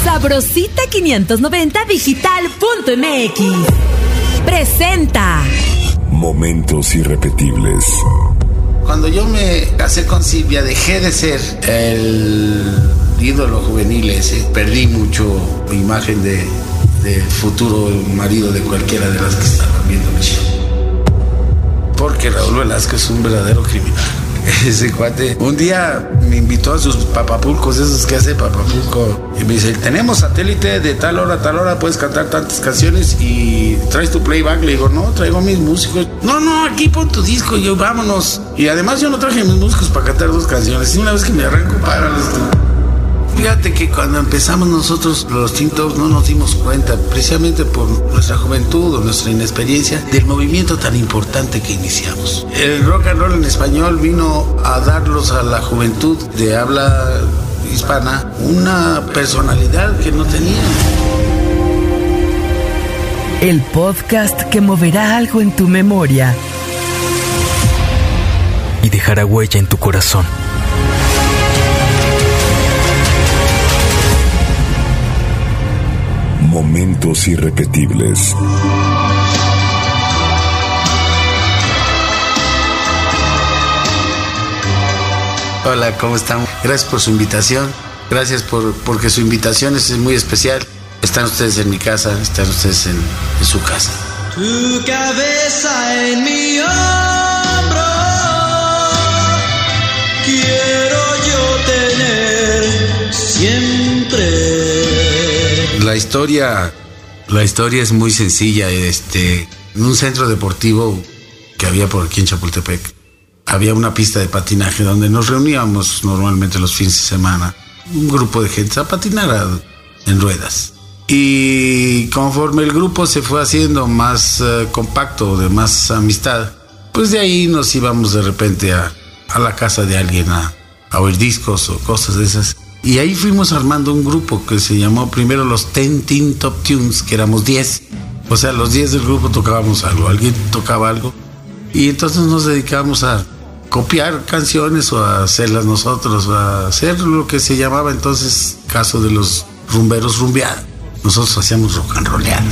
Sabrosita 590 Digital.mx presenta Momentos irrepetibles. Cuando yo me casé con Silvia, dejé de ser el ídolo juvenil ese. Perdí mucho mi imagen de futuro marido de cualquiera de las que estaban viendo mi show. Porque Raúl Velasco es un verdadero criminal. Ese cuate un día me invitó a sus papapulcos, esos que hace Papapulco, y me dice: tenemos satélite de tal hora a tal hora, puedes cantar tantas canciones y traes tu playback. Le digo: no, traigo mis músicos. No, aquí pon tu disco. Y yo: vámonos. Y además yo no traje mis músicos para cantar dos canciones. Y una vez que me arranco, párales tú. Fíjate que cuando empezamos nosotros los Teen Tops no nos dimos cuenta, precisamente por nuestra juventud o nuestra inexperiencia, del movimiento tan importante que iniciamos. El rock and roll en español vino a darlos a la juventud de habla hispana una personalidad que no tenían. El podcast que moverá algo en tu memoria y dejará huella en tu corazón. Momentos irrepetibles. Hola, ¿cómo están? Gracias por su invitación. Gracias porque su invitación es muy especial. Están ustedes en mi casa, están ustedes en su casa. Tu cabeza en mi hombro, quiero yo tener siempre. La historia es muy sencilla. En un centro deportivo que había por aquí en Chapultepec, había una pista de patinaje donde nos reuníamos normalmente los fines de semana, un grupo de gente a patinar en ruedas. Y conforme el grupo se fue haciendo más compacto, de más amistad, pues de ahí nos íbamos de repente a la casa de alguien a oír discos o cosas de esas. Y ahí fuimos armando un grupo que se llamó primero los 10 Teen Top Tunes, que éramos 10. O sea, los 10 del grupo tocábamos algo, alguien tocaba algo. Y entonces nos dedicábamos a copiar canciones o a hacerlas nosotros, a hacer lo que se llamaba entonces, caso de los rumberos, rumbear. Nosotros hacíamos rock and rolleadas.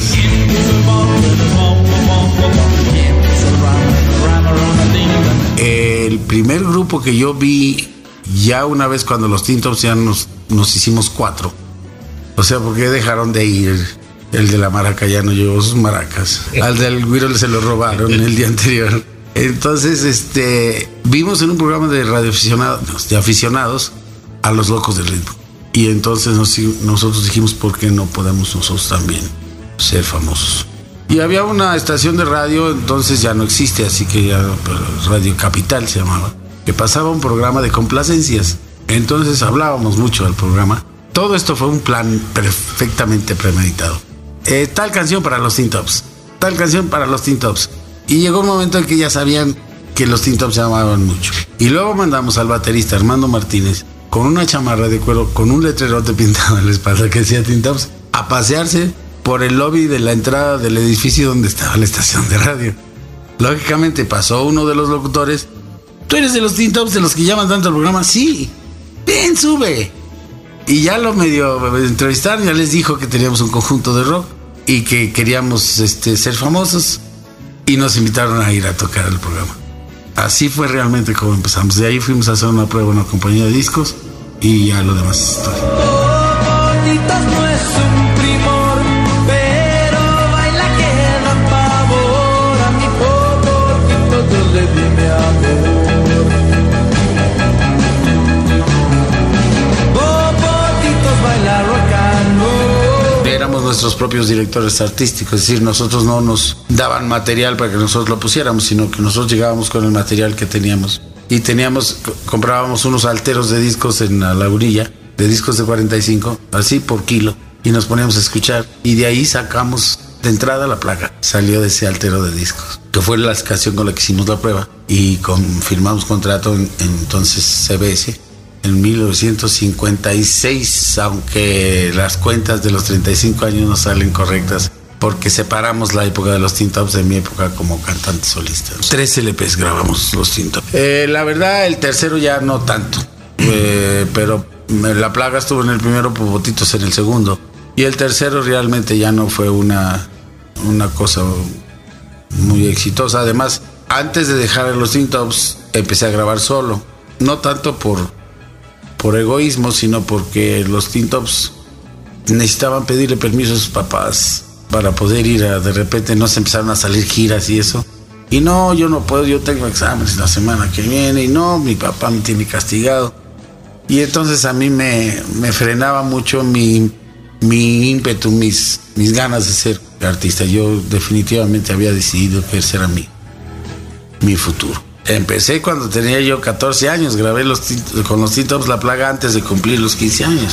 El primer grupo que yo vi, ya una vez cuando los Teen Tops ya nos hicimos 4. O sea, porque dejaron de ir. El de la maraca ya no llevó sus maracas. Al del güiro se lo robaron el día anterior. Entonces, vimos en un programa de aficionados a los locos del ritmo. Y entonces nosotros dijimos: ¿por qué no podemos nosotros también ser famosos? Y había una estación de radio, entonces ya no existe, así que ya Radio Capital se llamaba, que pasaba un programa de complacencias. Entonces hablábamos mucho del programa. Todo esto fue un plan perfectamente premeditado. Tal canción para los Teen Tops, tal canción para los Teen Tops. Y llegó un momento en que ya sabían que los Teen Tops se amaban mucho. Y luego mandamos al baterista Armando Martínez con una chamarra de cuero, con un letrerote pintado en la espalda que decía Teen Tops, a pasearse por el lobby de la entrada del edificio donde estaba la estación de radio. Lógicamente pasó uno de los locutores: ¿tú eres de los Teen Tops, de los que llaman tanto al programa? Sí. Ven, sube. Y ya lo medio entrevistaron, ya les dijo que teníamos un conjunto de rock y que queríamos ser famosos, y nos invitaron a ir a tocar el programa. Así fue realmente como empezamos. De ahí fuimos a hacer una prueba en una compañía de discos y ya lo demás es historia. Popotitos no es un primor, pero baila que da pavor. A mi Popotitos yo le di mi amor. Popotitos baila rock and roll. Éramos nuestros propios directores artísticos, es decir, nosotros no nos daban material para que nosotros lo pusiéramos, sino que nosotros llegábamos con el material que teníamos. Y comprábamos unos alteros de discos en la orilla, de discos de 45, así por kilo, y nos poníamos a escuchar. Y de ahí sacamos de entrada la placa. Salió de ese altero de discos, que fue la canción con la que hicimos la prueba. Y firmamos contrato en entonces CBS. En 1956, aunque las cuentas de los 35 años no salen correctas, porque separamos la época de los Teen Tops de mi época como cantante solista. 3 LPs grabamos los Teen Tops. La verdad, el tercero ya no tanto, pero La Plaga estuvo en el primero, Popotitos en el segundo. Y el tercero realmente ya no fue una cosa muy exitosa. Además, antes de dejar los Teen Tops, empecé a grabar solo. No tanto por egoísmo, sino porque los Teen Tops necesitaban pedirle permiso a sus papás para poder ir de repente no se empezaron a salir giras y eso. Y no, yo no puedo, yo tengo exámenes la semana que viene, y no, mi papá me tiene castigado. Y entonces a mí me frenaba mucho mi ímpetu, mis ganas de ser artista. Yo definitivamente había decidido que ese era mi futuro. Empecé cuando tenía yo 14 años, grabé con los Teen Tops La Plaga antes de cumplir los 15 años.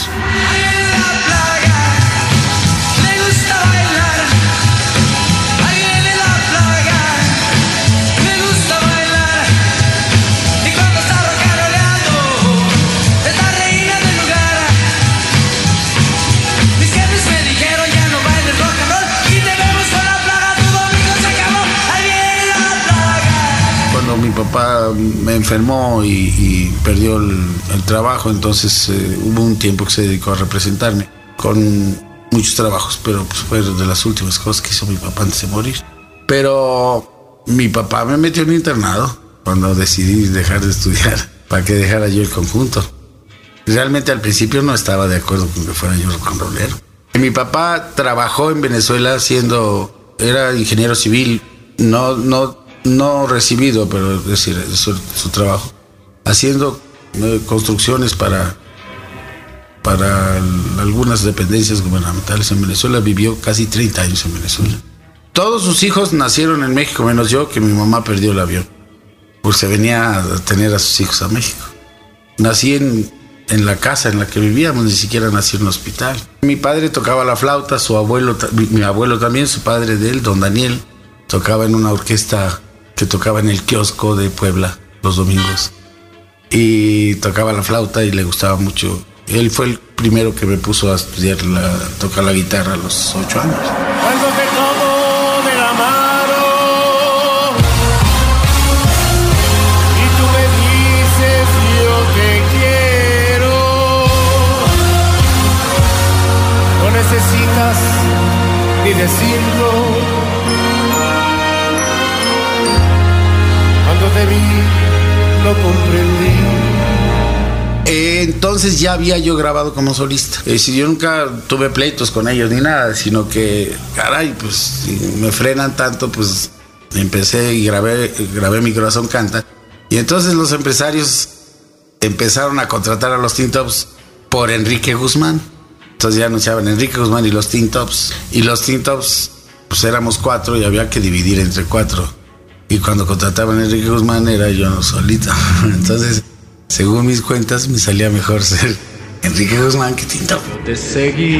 Mi papá me enfermó y perdió el trabajo, entonces hubo un tiempo que se dedicó a representarme con muchos trabajos, pero pues fue de las últimas cosas que hizo mi papá antes de morir. Pero mi papá me metió en internado cuando decidí dejar de estudiar para que dejara yo el conjunto. Realmente al principio no estaba de acuerdo con que fuera yo rock and rollero. Mi papá trabajó en Venezuela era ingeniero civil, no recibido, pero es decir, su trabajo, haciendo construcciones para algunas dependencias gubernamentales en Venezuela. Vivió casi 30 años en Venezuela. Todos sus hijos nacieron en México, menos yo, que mi mamá perdió el avión, pues se venía a tener a sus hijos a México. Nací en la casa en la que vivíamos, ni siquiera nací en un hospital. Mi padre tocaba la flauta, mi abuelo también, su padre de él, don Daniel, tocaba en una orquesta que tocaba en el kiosco de Puebla los domingos. Y tocaba la flauta y le gustaba mucho. Él fue el primero que me puso a estudiar tocar la guitarra a los 8 años. Cuando te tomo de la mano y tú me dices yo te quiero, no necesitas ni decirlo. Cuando te vi, lo comprendí. Entonces ya había yo grabado como solista. Yo nunca tuve pleitos con ellos ni nada, sino que, caray, pues si me frenan tanto, pues empecé y grabé Mi Corazón Canta. Y entonces los empresarios empezaron a contratar a los Teen Tops por Enrique Guzmán. Entonces ya anunciaban Enrique Guzmán y los Teen Tops. Y los Teen Tops, pues éramos 4 y había que dividir entre 4. Y cuando contrataban a Enrique Guzmán era yo solito. Entonces, según mis cuentas, me salía mejor ser Enrique Guzmán que Teen Top. Te seguiré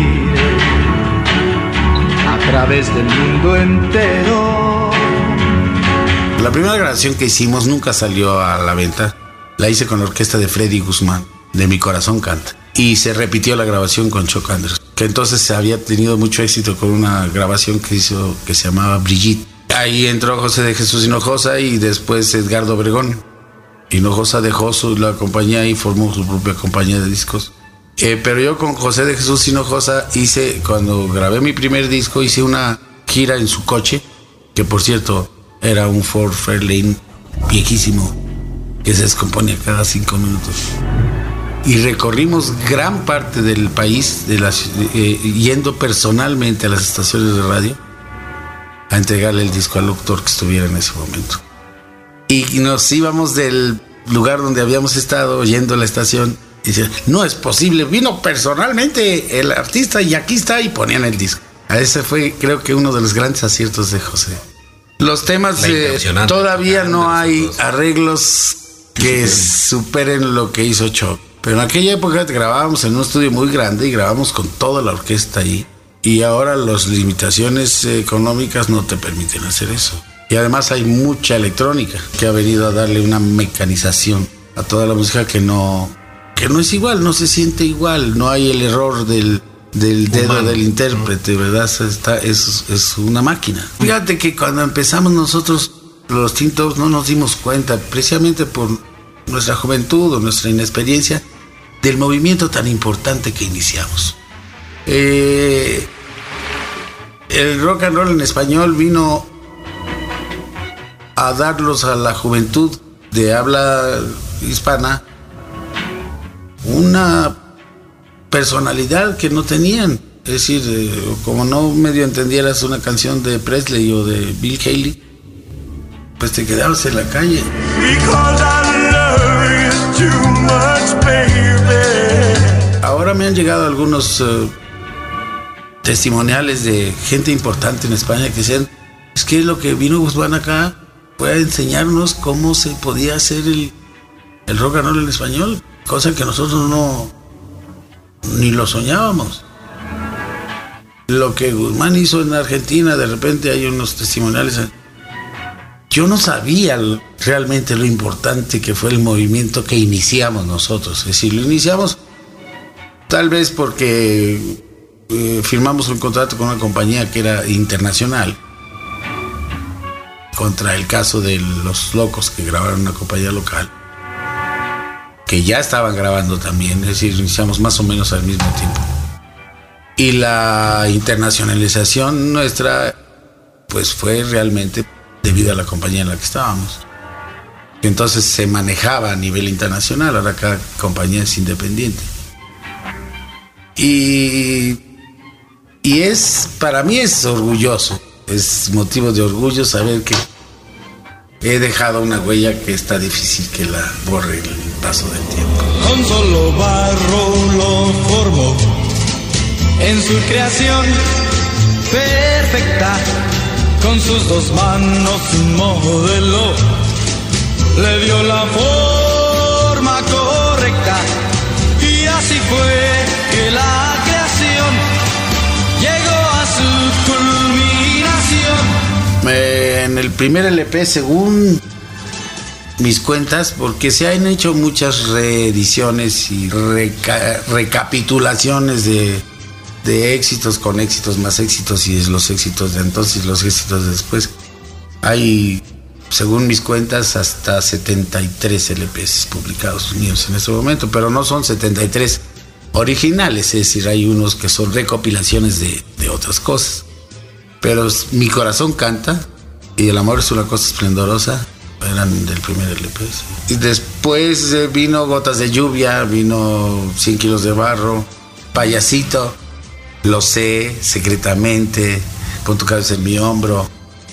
a través del mundo entero. La primera grabación que hicimos nunca salió a la venta. La hice con la orquesta de Freddy Guzmán, de Mi Corazón Canta. Y se repitió la grabación con Chuck Anderson, que entonces había tenido mucho éxito con una grabación que hizo que se llamaba Brigitte. Ahí entró José de Jesús Hinojosa y después Edgardo Obregón. Hinojosa dejó la compañía y formó su propia compañía de discos. Pero yo con José de Jesús Hinojosa cuando grabé mi primer disco, hice una gira en su coche, que por cierto era un Ford Fairlane viejísimo, que se descomponía cada 5 minutos. Y recorrimos gran parte del país, yendo personalmente a las estaciones de radio, a entregarle el disco al doctor que estuviera en ese momento. Y nos íbamos del lugar donde habíamos estado oyendo la estación y decían, no es posible, vino personalmente el artista y aquí está, y ponían el disco. Ese fue, creo que, uno de los grandes aciertos de José. Los temas, todavía no hay arreglos que superen lo que hizo Chuck. Pero en aquella época grabábamos en un estudio muy grande y grabábamos con toda la orquesta ahí. Y ahora las limitaciones económicas no te permiten hacer eso. Y además hay mucha electrónica que ha venido a darle una mecanización a toda la música que no es igual, no se siente igual. No hay el error del dedo del intérprete, ¿verdad? Es una máquina. Fíjate que cuando empezamos nosotros, los Teen Tops, no nos dimos cuenta, precisamente por nuestra juventud o nuestra inexperiencia, del movimiento tan importante que iniciamos. El rock and roll en español vino a darlos a la juventud de habla hispana una personalidad que no tenían. Es decir, como no medio entendieras una canción de Presley o de Bill Haley, pues te quedabas en la calle. Ahora me han llegado algunos testimoniales de gente importante en España que dicen, es que lo que vino Guzmán acá fue a enseñarnos cómo se podía hacer el rock and roll en español, cosa que nosotros ni lo soñábamos. Lo que Guzmán hizo en Argentina, de repente hay unos testimoniales. Yo no sabía realmente lo importante que fue el movimiento que iniciamos nosotros. Es decir, lo iniciamos tal vez porque firmamos un contrato con una compañía que era internacional contra el caso de Los Locos, que grabaron una compañía local, que ya estaban grabando también. Es decir, iniciamos más o menos al mismo tiempo. Y la internacionalización nuestra, pues fue realmente debido a la compañía en la que estábamos. Entonces se manejaba a nivel internacional, ahora cada compañía es independiente. Y para mí es orgulloso, es motivo de orgullo saber que he dejado una huella que está difícil que la borre el paso del tiempo. Con solo barro lo formó en su creación perfecta, con sus dos manos modeló, le dio la forma correcta, y así fue que la creación llegó a su culminación. En el primer LP, según mis cuentas, porque se han hecho muchas reediciones y recapitulaciones de éxitos con éxitos más éxitos, y los éxitos de entonces y los éxitos de después. Hay, según mis cuentas, hasta 73 LPs publicados míos en este momento, pero no son 73 originales, es decir, hay unos que son recopilaciones de otras cosas. Pero Mi Corazón Canta y El Amor es una cosa esplendorosa eran del primer LP. Sí. Y después vino Gotas de Lluvia, vino 100 kilos de barro, Payasito, Lo sé, Secretamente, Pon tu cabeza en mi hombro,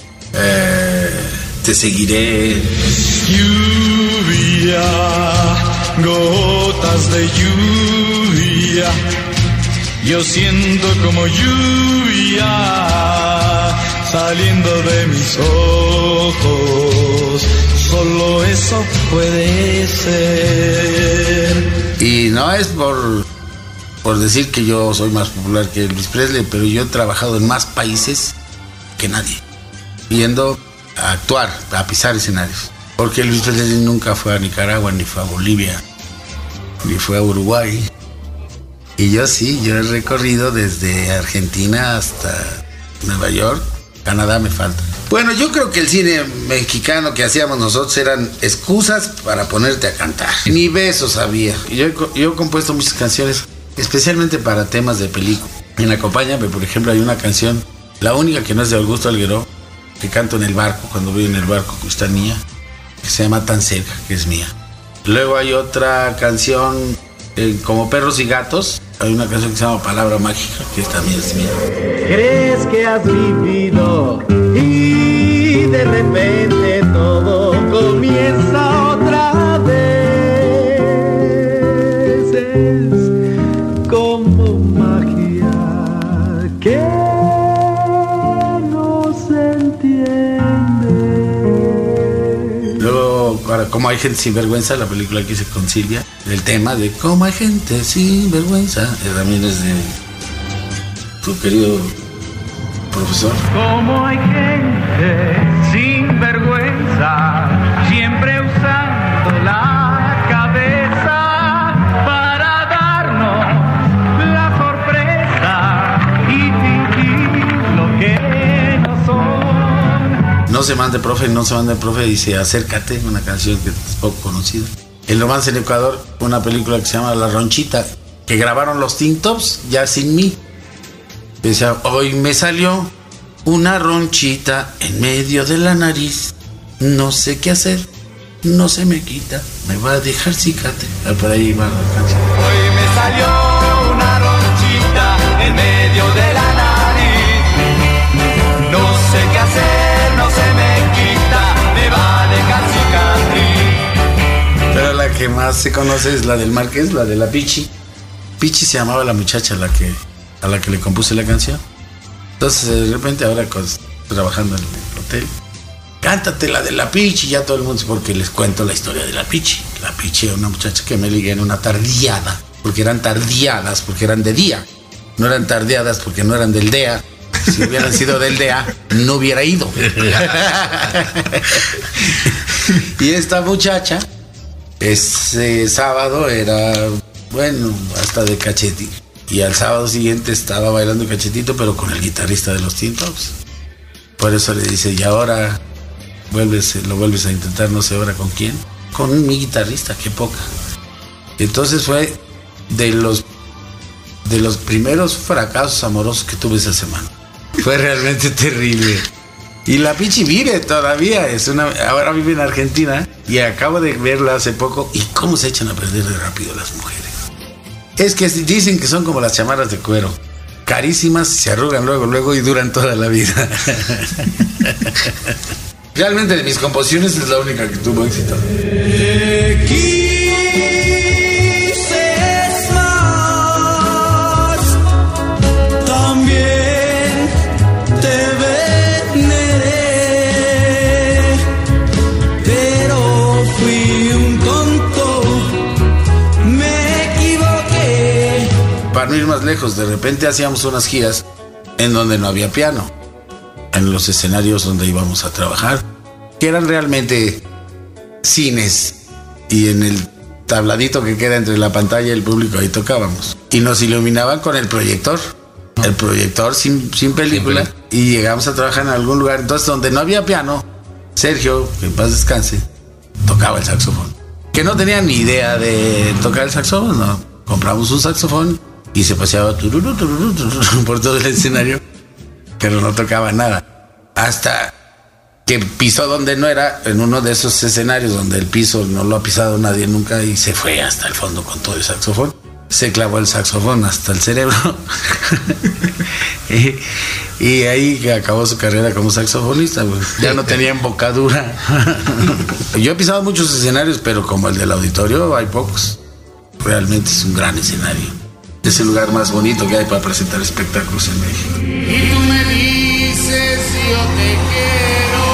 Te seguiré. Lluvia, gotas de lluvia, yo siento como lluvia saliendo de mis ojos, solo eso puede ser. Y no es por decir que yo soy más popular que Elvis Presley, pero yo he trabajado en más países que nadie, yendo a actuar, a pisar escenarios. Porque Elvis Presley nunca fue a Nicaragua, ni fue a Bolivia, ni fue a Uruguay. Y yo sí, yo he recorrido desde Argentina hasta Nueva York. Canadá me falta. Bueno, yo creo que el cine mexicano que hacíamos nosotros eran excusas para ponerte a cantar. Ni besos había. Yo he compuesto muchas canciones, especialmente para temas de película. En Acompáñame, por ejemplo, hay una canción, la única que no es de Augusto Algueró, que canto en el barco, cuando voy en el barco con esta niña, que se llama Tan Cerca, que es mía. Luego hay otra canción, como Perros y Gatos, hay una canción que se llama Palabra Mágica, que también es mía. Crees que has vivido y de repente todo comienza otra vez. Es como magia que no se entiende. Luego, Como hay gente sin vergüenza, la película que hice con Silvia, el tema de Como hay gente sin vergüenza, también es de tu querido profesor. Como hay gente sin vergüenza, siempre usando la cabeza para darnos la sorpresa y fingir lo que no son. No se mande profe, dice Acércate, una canción que es poco conocida. El Romance en Ecuador, una película que se llama La Ronchita, que grabaron los Teen Tops ya sin mí. Decía, hoy me salió una ronchita en medio de la nariz, no sé qué hacer, no se me quita, me va a dejar cicatriz. Por ahí va la canción. Hoy me salió una ronchita en medio de la nariz, no sé qué hacer, no se me quita, me va a dejar cicatriz. Pero la que más se conoce es la del Marqués, la de la Pichi. Pichi se llamaba la muchacha a la que le compuse la canción. Entonces de repente ahora trabajando en el hotel, cántate la de la Pichi, ya todo el mundo, porque les cuento la historia de la Pichi. La Pichi era una muchacha que me ligué en una tardeada, porque eran tardeadas, porque eran de día, no eran tardeadas porque no eran del DEA. Si hubieran sido del DEA, no hubiera ido. Y esta muchacha, ese sábado era, bueno, hasta de cachetito. Y al sábado siguiente estaba bailando cachetito, pero con el guitarrista de los Teen Tops. Por eso le dice, y ahora lo vuelves a intentar, no sé ahora con quién. Con mi guitarrista, qué poca. Entonces fue de los primeros fracasos amorosos que tuve esa semana. Fue realmente terrible. Y la Pichi vive todavía, ahora vive en Argentina y acabo de verla hace poco. Y cómo se echan a perder de rápido las mujeres. Es que dicen que son como las chamarras de cuero, carísimas, se arrugan luego y duran toda la vida. Realmente de mis composiciones es la única que tuvo éxito. Te quise más, también te veneré, pero fui un tonto, me equivoqué. Para no ir más lejos, de repente hacíamos unas giras en donde no había piano, en los escenarios donde íbamos a trabajar, que eran realmente cines, y en el tabladito que queda entre la pantalla y el público ahí tocábamos. Y nos iluminaban con el proyector sin película, y llegamos a trabajar en algún lugar. Entonces, donde no había piano, Sergio, que en paz descanse, tocaba el saxofón. Que no tenía ni idea de tocar el saxofón, no. Compramos un saxofón y se paseaba por todo el escenario, pero no tocaba nada. Hasta que pisó donde no era, en uno de esos escenarios donde el piso no lo ha pisado nadie nunca, y se fue hasta el fondo con todo el saxofón. Se clavó el saxofón hasta el cerebro. y ahí acabó su carrera como saxofonista. Ya no tenía embocadura. Yo he pisado muchos escenarios, pero como el del auditorio hay pocos. Realmente es un gran escenario. Es el lugar más bonito que hay para presentar espectáculos en México. Y tú me dices yo te quiero,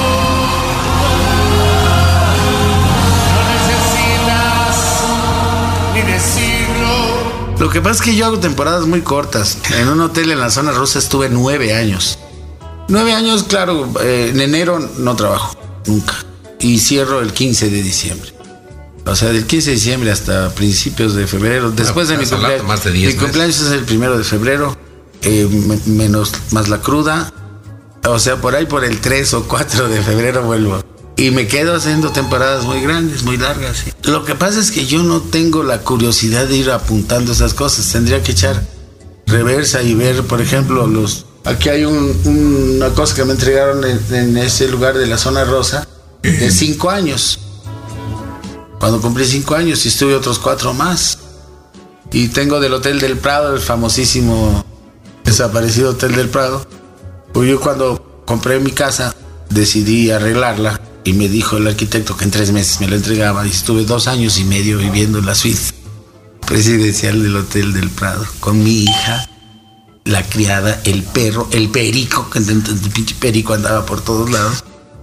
no necesitas ni decirlo. Lo que pasa es que yo hago temporadas muy cortas. En un hotel en la zona rosa estuve 9 años. 9 años, claro, en enero no trabajo, nunca. Y cierro el 15 de diciembre. O sea, del 15 de diciembre hasta principios de febrero, después de mi cumpleaños. Más de 10 mi cumpleaños es el 1 de febrero, más la cruda. O sea, por ahí por el 3 o 4 de febrero vuelvo. Y me quedo haciendo temporadas muy grandes, muy largas. ¿Sí? Lo que pasa es que yo no tengo la curiosidad de ir apuntando esas cosas. Tendría que echar reversa y ver, por ejemplo, aquí hay una cosa que me entregaron en ese lugar de la zona rosa de 5 años. Cuando cumplí 5 años y estuve otros 4 más. Y tengo del Hotel del Prado, el famosísimo desaparecido Hotel del Prado. Pues yo cuando compré mi casa decidí arreglarla y me dijo el arquitecto que en 3 meses me lo entregaba, y estuve 2 años y medio viviendo en la suite presidencial del Hotel del Prado con mi hija, la criada, el perro, el perico, que el pinche perico andaba por todos lados.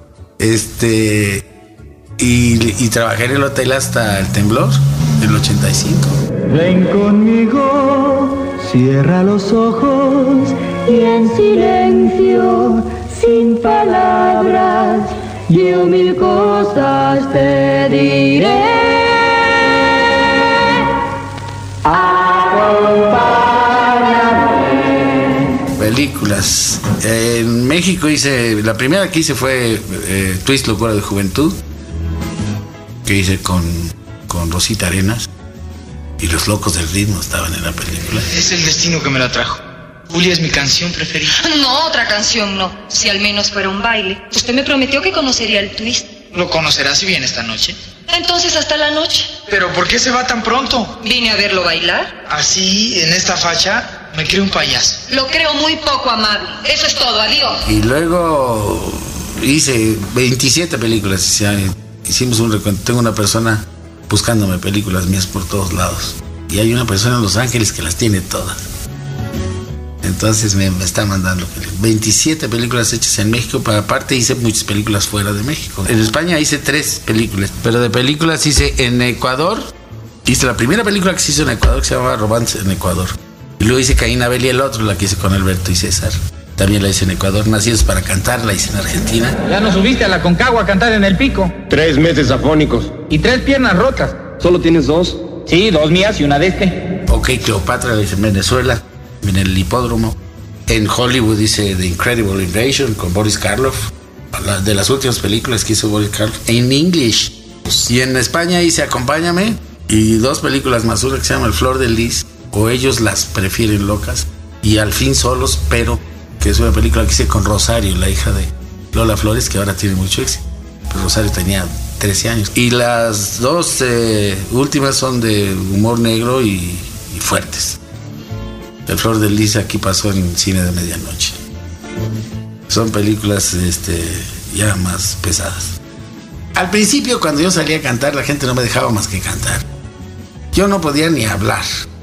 Y trabajé en el hotel hasta el temblor del 85. Ven conmigo, cierra los ojos y en silencio, sin palabras, yo 1000 cosas te diré. Acompáñame. Películas. En México la primera que hice fue Twist, Locura de Juventud, que hice con con Rosita Arenas. Y Los Locos del Ritmo estaban en la película. Es el destino que me lo trajo. Julia es mi canción preferida. No, otra canción no. Si al menos fuera un baile. Usted me prometió que conocería el twist. ¿Lo conocerá si viene esta noche? Entonces hasta la noche. ¿Pero por qué se va tan pronto? Vine a verlo bailar. Así, en esta facha, me creo un payaso. Lo creo muy poco amable. Eso es todo, adiós. Y luego hice 27 películas. Hicimos un recuento. Tengo una persona buscándome películas mías por todos lados. Y hay una persona en Los Ángeles que las tiene todas. Entonces me está mandando 27 películas hechas en México, pero aparte hice muchas películas fuera de México. En España hice 3 películas, pero de películas hice en Ecuador. Hice la primera película que se hizo en Ecuador, que se llamaba Romance en Ecuador. Y luego hice Caín, Abel y el otro, la que hice con Alberto y César. También la hice en Ecuador. Nacidos para cantar, la hice en Argentina. Ya nos subiste a la Concagua a cantar en el Pico. 3 meses afónicos. Y 3 piernas rotas. ¿Solo tienes 2? Sí, 2 mías y una de este. Ok, Cleopatra la hice en Venezuela, en el hipódromo. En Hollywood hice The Incredible Invasion con Boris Karloff, de las últimas películas que hizo Boris Karloff, en English. Y en España hice Acompáñame y 2 películas más, una que se llama El Flor de Lis, o Ellos las prefieren locas, y Al fin solos, pero que es una película que hice con Rosario, la hija de Lola Flores, que ahora tiene mucho éxito. Pero Rosario tenía 13 años. Y las 2 últimas son de humor negro y fuertes. El Flor de Lis aquí pasó en Cine de Medianoche. Son películas ya más pesadas. Al principio, cuando yo salía a cantar, la gente no me dejaba más que cantar. Yo no podía ni hablar.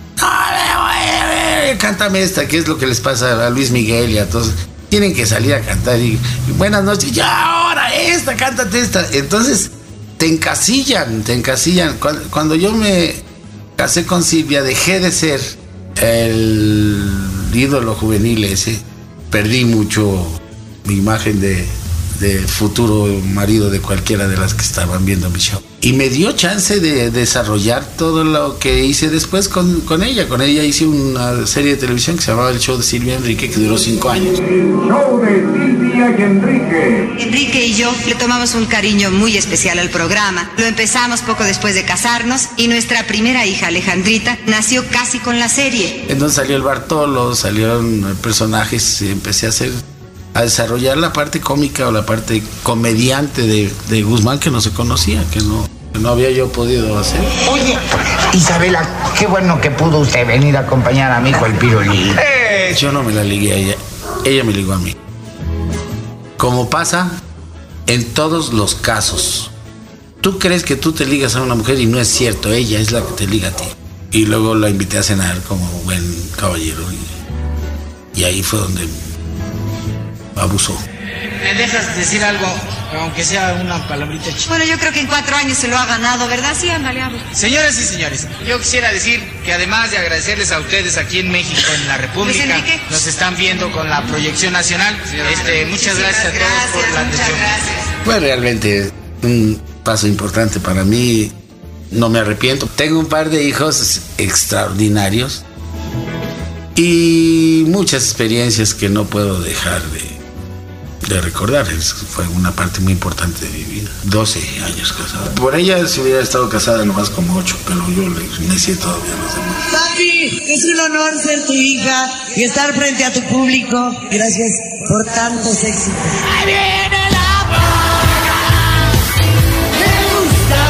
Cántame esta, que es lo que les pasa a Luis Miguel y a todos. Tienen que salir a cantar y buenas noches, ya ahora esta, cántate esta. Entonces te encasillan. Cuando yo me casé con Silvia, dejé de ser el ídolo juvenil ese. Perdí mucho mi imagen de futuro marido de cualquiera de las que estaban viendo mi show. Y me dio chance de desarrollar todo lo que hice después con ella. Con ella hice una serie de televisión que se llamaba El Show de Silvia Enrique, que duró 5 años. El Show de Silvia y Enrique. Enrique y yo le tomamos un cariño muy especial al programa. Lo empezamos poco después de casarnos y nuestra primera hija, Alejandrita, nació casi con la serie. Entonces salió el Bartolo, salieron personajes, empecé a desarrollar la parte cómica o la parte comediante de Guzmán, que no se conocía, que no había yo podido hacer. Oye, Isabela, qué bueno que pudo usted venir a acompañar a mi hijo el Pirulí. Yo no me la ligué a ella me ligó a mí. Como pasa en todos los casos. Tú crees que tú te ligas a una mujer y no es cierto, ella es la que te liga a ti. Y luego la invité a cenar como buen caballero y ahí fue donde abusó. ¿Me dejas decir algo, aunque sea una palabrita chica? Bueno, yo creo que en 4 años se lo ha ganado, ¿verdad? Sí, ándale, habla. Señoras y señores, yo quisiera decir que además de agradecerles a ustedes aquí en México, en la República, nos están viendo con la proyección nacional. Muchas gracias a todos por la atención. Fue realmente un paso importante para mí. No me arrepiento. Tengo un par de hijos extraordinarios y muchas experiencias que no puedo dejar de recordar. Fue una parte muy importante de mi vida. 12 años casado. Por ella si hubiera estado casada nomás como 8, pero yo le necié todavía a los demás. Papi, es un honor ser tu hija y estar frente a tu público. Gracias por tantos éxitos. Ahí viene la paz. Me gusta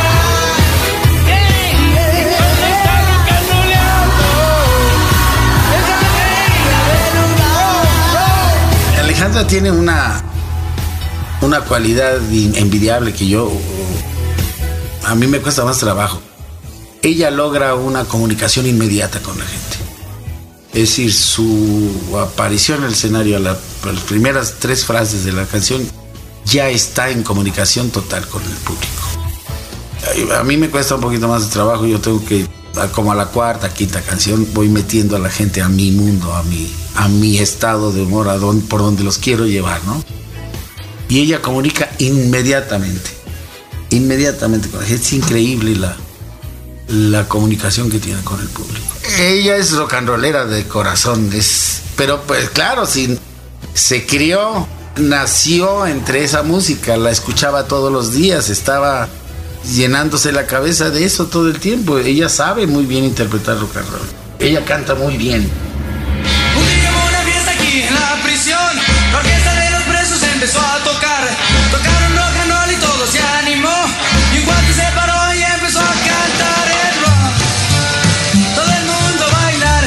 Alejandra tiene una cualidad envidiable que a mí me cuesta más trabajo. Ella logra una comunicación inmediata con la gente. Es decir, su aparición en el escenario, las primeras 3 frases de la canción, ya está en comunicación total con el público. A mí me cuesta un poquito más de trabajo. Yo tengo que, como a la 4ª, 5ª canción, voy metiendo a la gente a mi mundo, a mi estado de humor, por donde los quiero llevar, ¿no? Y ella comunica inmediatamente con la gente. Es increíble la comunicación que tiene con el público. Ella es rock and rollera de corazón, pero pues claro, se crió, nació entre esa música, la escuchaba todos los días, estaba llenándose la cabeza de eso todo el tiempo. Ella sabe muy bien interpretar rock and roll. Ella canta muy bien. Un día hubo una fiesta aquí en la prisión. La orquesta de los presos empezó a tocar. Tocaron rock and roll y todo se animó. Y un guante se paró y empezó a cantar el rock. Todo el mundo a bailar.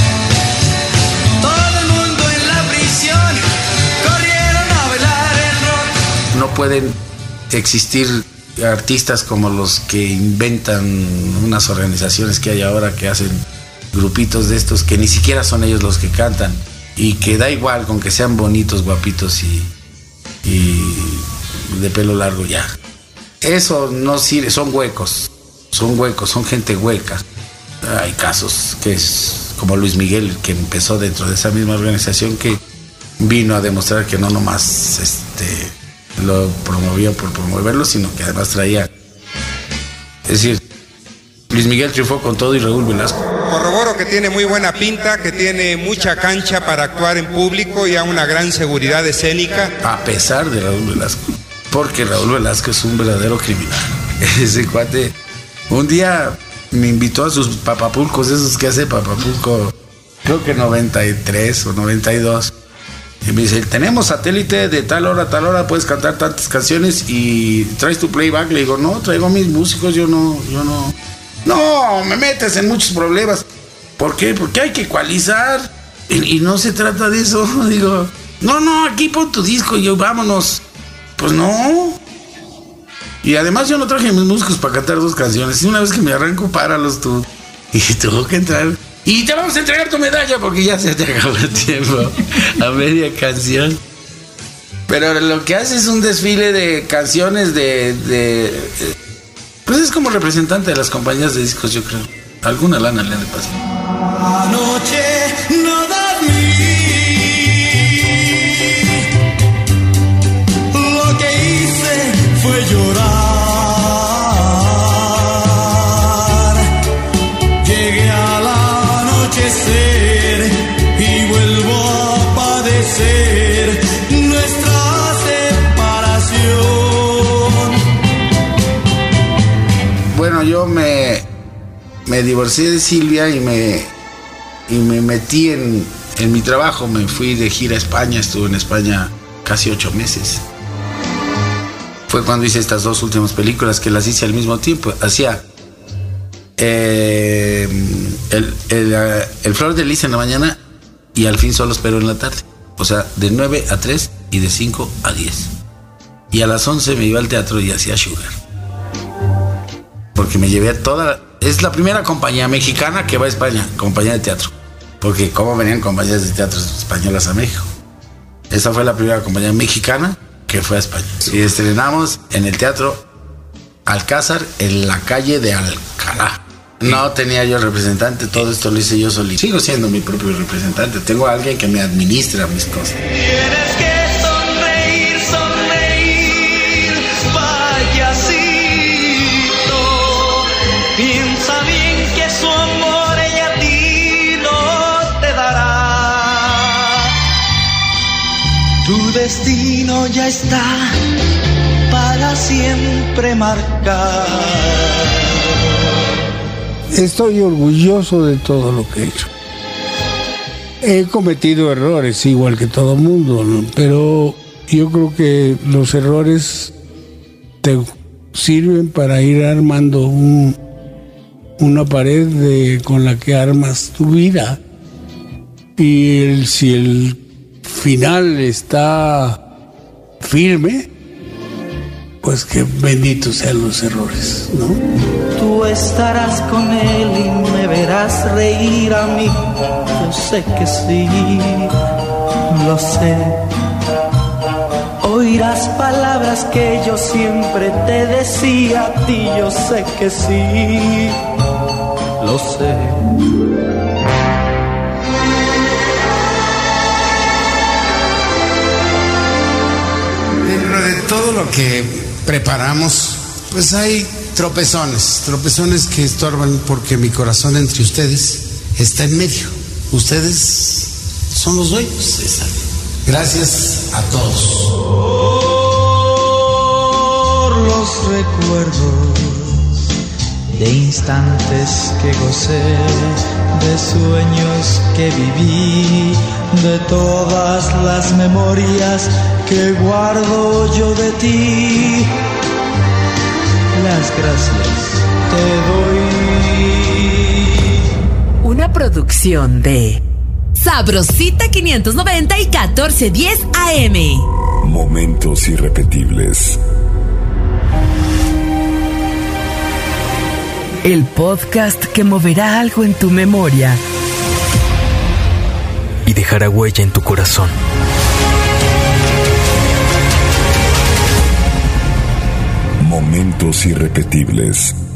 Todo el mundo en la prisión corrieron a bailar el rock. No pueden existir artistas como los que inventan unas organizaciones que hay ahora que hacen grupitos de estos que ni siquiera son ellos los que cantan y que da igual con que sean bonitos, guapitos y de pelo largo ya. Eso no sirve, son huecos, son gente hueca. Hay casos que es como Luis Miguel, que empezó dentro de esa misma organización, que vino a demostrar que no nomás lo promovía por promoverlo, sino que además traía. Es decir, Luis Miguel triunfó con todo y Raúl Velasco. Corroboro que tiene muy buena pinta, que tiene mucha cancha para actuar en público y a una gran seguridad escénica. A pesar de Raúl Velasco, porque Raúl Velasco es un verdadero criminal. Ese cuate un día me invitó a sus papapulcos, esos que hace Papapulco, creo que 93 o 92. Y me dice, tenemos satélite de tal hora a tal hora, puedes cantar tantas canciones y traes tu playback. Le digo, no, traigo mis músicos, yo no. No, me metes en muchos problemas. ¿Por qué? Porque hay que ecualizar. Y no se trata de eso. Digo, no, aquí pon tu disco y yo, vámonos. Pues no. Y además yo no traje mis músicos para cantar 2 canciones. Y una vez que me arranco, páralos tú. Y tengo que entrar. Y te vamos a entregar tu medalla porque ya se te acabó el tiempo. A media canción. Pero lo que hace es un desfile de canciones pues es como representante de las compañías de discos, yo creo. Alguna lana le han de pasar. Anoche no dormí. Lo que hice fue llorar. Llegué al anochecer y vuelvo a padecer nuestra separación. Bueno, yo me divorcié de Silvia y me metí en mi trabajo. Me fui de gira a España, estuve en España casi 8 meses. Fue cuando hice estas 2 últimas películas que las hice al mismo tiempo. Hacía el Flor de Lis en la mañana y Al fin solo espero en la tarde. O sea, de 9 a 3 y de 5 a 10. Y a las 11 me iba al teatro y hacía Sugar. Porque me llevé a toda... Es la primera compañía mexicana que va a España, compañía de teatro. Porque cómo venían compañías de teatro españolas a México. Esa fue la primera compañía mexicana que fue a España. Y estrenamos en el Teatro Alcázar, en la calle de Alcalá. No tenía yo representante, todo esto lo hice yo solito. Sigo siendo mi propio representante. Tengo a alguien que me administra mis cosas. Tienes que sonreír, payasito. Piensa bien que su amor ella a ti no te dará. Tu destino ya está para siempre marcado. Estoy orgulloso de todo lo que he hecho. He cometido errores igual que todo mundo, ¿no? Pero yo creo que los errores te sirven para ir armando una pared con la que armas tu vida. Y si el final está firme, pues que benditos sean los errores, ¿no? Tú estarás con él y me verás reír a mí. Yo sé que sí, lo sé. Oirás palabras que yo siempre te decía a ti. Yo sé que sí, lo sé. Dentro de todo lo que preparamos, pues hay tropezones que estorban porque mi corazón entre ustedes está en medio. Ustedes son los dueños. Gracias a todos. Por los recuerdos de instantes que gocé, de sueños que viví, de todas las memorias que guardo yo de ti. Las gracias te doy. Una producción de Sabrosita 590 y 1410 AM. Momentos irrepetibles. El podcast que moverá algo en tu memoria y dejará huella en tu corazón. Momentos irrepetibles.